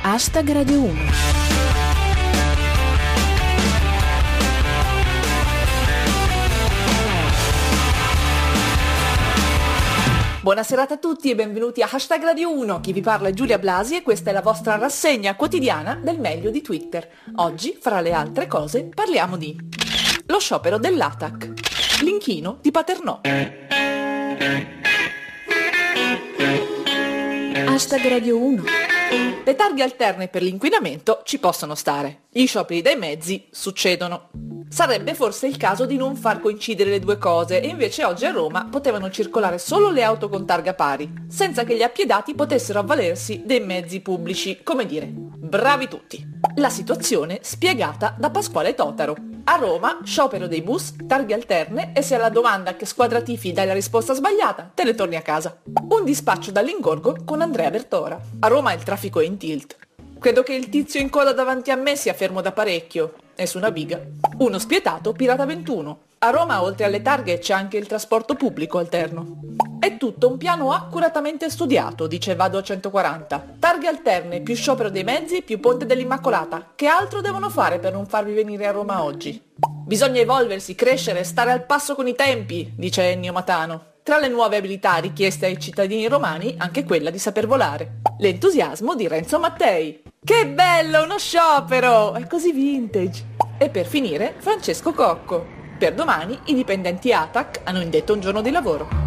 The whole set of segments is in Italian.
Radio 1. Buona serata a tutti e benvenuti a Radio 1. Chi vi parla è Giulia Blasi e questa è la vostra rassegna quotidiana del meglio di Twitter. Oggi, fra le altre cose, parliamo di lo sciopero dell'ATAC, l'inchino di Paternò. Radio 1. Le targhe alterne per l'inquinamento ci possono stare. Gli scioperi dei mezzi succedono. Sarebbe forse il caso di non far coincidere le due cose e invece oggi a Roma potevano circolare solo le auto con targa pari, senza che gli appiedati potessero avvalersi dei mezzi pubblici. Come dire, bravi tutti. La situazione spiegata da Pasquale Totaro. A Roma, sciopero dei bus, targhe alterne e se alla domanda che squadra tifi dai la risposta sbagliata, te ne torni a casa. Un dispaccio dall'ingorgo con Andrea Bertora. A Roma il traffico è in tilt. Credo che il tizio in coda davanti a me sia fermo da parecchio. È su una biga. Uno spietato pirata 21. A Roma, oltre alle targhe, c'è anche il trasporto pubblico alterno. È tutto un piano accuratamente studiato, dice Vado a 140. Targhe alterne, più sciopero dei mezzi, più Ponte dell'Immacolata. Che altro devono fare per non farvi venire a Roma oggi? Bisogna evolversi, crescere, stare al passo con i tempi, dice Ennio Matano. Tra le nuove abilità richieste ai cittadini romani, anche quella di saper volare. L'entusiasmo di Renzo Mattei. Che bello, uno sciopero! È così vintage. E per finire, Francesco Cocco. Per domani i dipendenti ATAC hanno indetto un giorno di lavoro.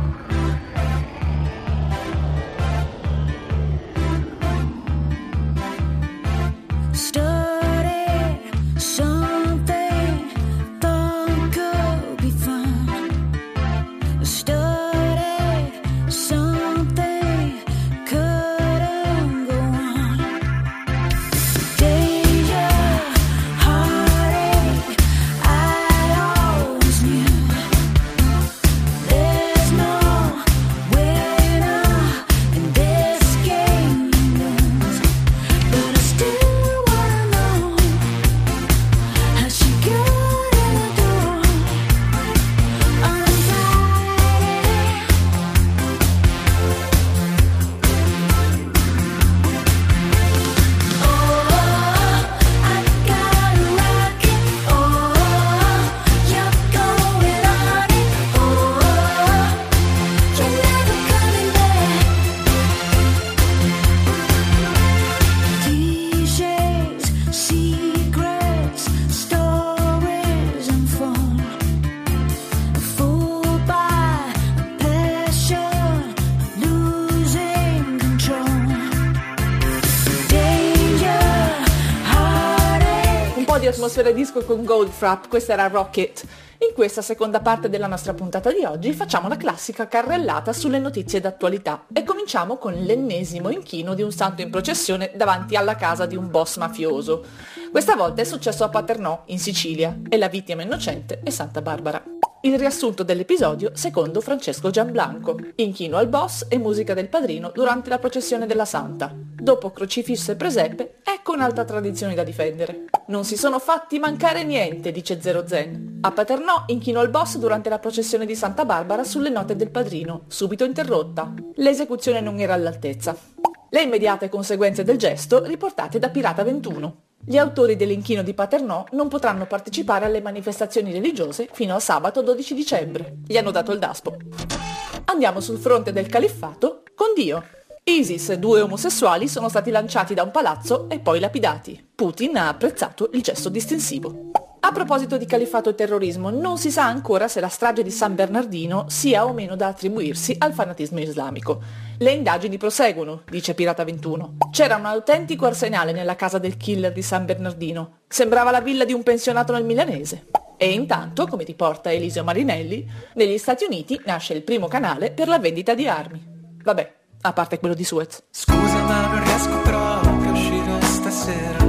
Di atmosfera disco con Goldfrapp, questa era Rocket. In questa seconda parte della nostra puntata di oggi facciamo una classica carrellata sulle notizie d'attualità e cominciamo con l'ennesimo inchino di un santo in processione davanti alla casa di un boss mafioso. Questa volta è successo a Paternò, in Sicilia, e la vittima innocente è Santa Barbara. Il riassunto dell'episodio secondo Francesco Gianblanco. Inchino al boss e musica del padrino durante la processione della Santa. Dopo crocifisso e presepe, ecco un'altra tradizione da difendere. Non si sono fatti mancare niente, dice Zero Zen. A Paternò inchino al boss durante la processione di Santa Barbara sulle note del padrino, subito interrotta. L'esecuzione non era all'altezza. Le immediate conseguenze del gesto riportate da Pirata 21. Gli autori dell'inchino di Paternò non potranno partecipare alle manifestazioni religiose fino a sabato 12 dicembre. Gli hanno dato il daspo. Andiamo sul fronte del califfato con Dio. ISIS e 2 omosessuali sono stati lanciati da un palazzo e poi lapidati. Putin ha apprezzato il gesto distintivo. A proposito di califfato e terrorismo, non si sa ancora se la strage di San Bernardino sia o meno da attribuirsi al fanatismo islamico. Le indagini proseguono, dice Pirata 21. C'era un autentico arsenale nella casa del killer di San Bernardino. Sembrava la villa di un pensionato nel milanese. E intanto, come riporta Eliseo Marinelli, negli Stati Uniti nasce il primo canale per la vendita di armi. Vabbè, a parte quello di Suez. Scusa ma non riesco proprio a uscire stasera.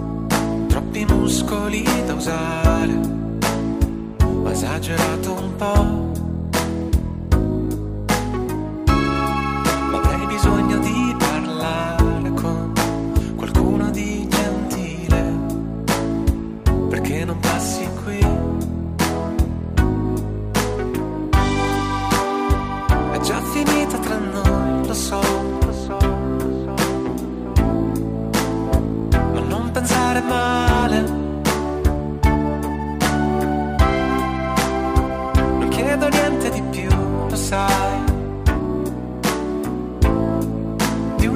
Troppi muscoli da usare. Ho esagerato un po'. Ma avrei bisogno di parlare con qualcuno di gentile. Perché non passi qui? È già finita tra noi, lo so.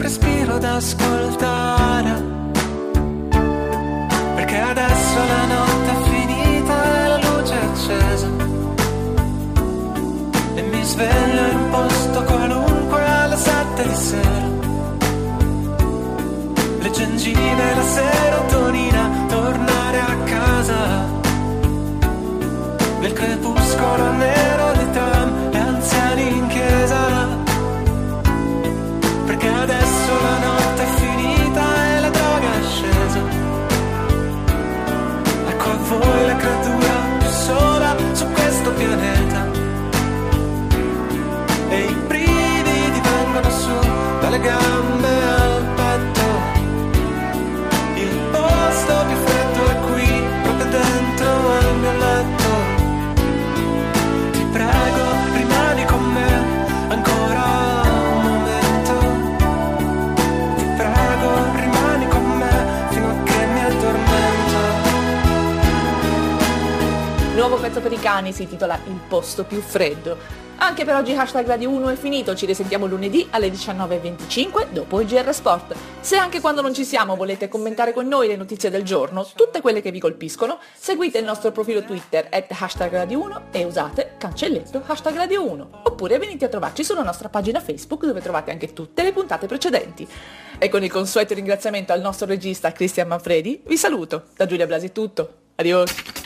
respiro da ascoltare, perché adesso la notte è finita e la luce è accesa, e mi sveglio in un posto qualunque alle 7 di sera. Le gengive e la serotonina, tornare a casa, nel crepuscolo nero di tram e anziani in chiesa, perché adesso la notte è finita e la droga è scesa. Ecco a voi la creatura più sola su questo pianeta, e i brividi vengono su dalle gambe al petto. Il posto più freddo è qui, proprio dentro al mio letto. Ti prego, rimani con me ancora un momento. Ti prego, rimani con me fino a che mi addormento. Nuovo pezzo per i cani, si intitola Il posto più freddo. Anche per oggi Hashtag Radio 1 è finito, ci risentiamo lunedì alle 19.25 dopo il GR Sport. Se anche quando non ci siamo volete commentare con noi le notizie del giorno, tutte quelle che vi colpiscono, seguite il nostro profilo Twitter @Hashtag Radio 1 e usate cancelletto Hashtag Radio 1. Oppure venite a trovarci sulla nostra pagina Facebook, dove trovate anche tutte le puntate precedenti. E con il consueto ringraziamento al nostro regista Cristian Manfredi vi saluto. Da Giulia Blasi è tutto. Adios!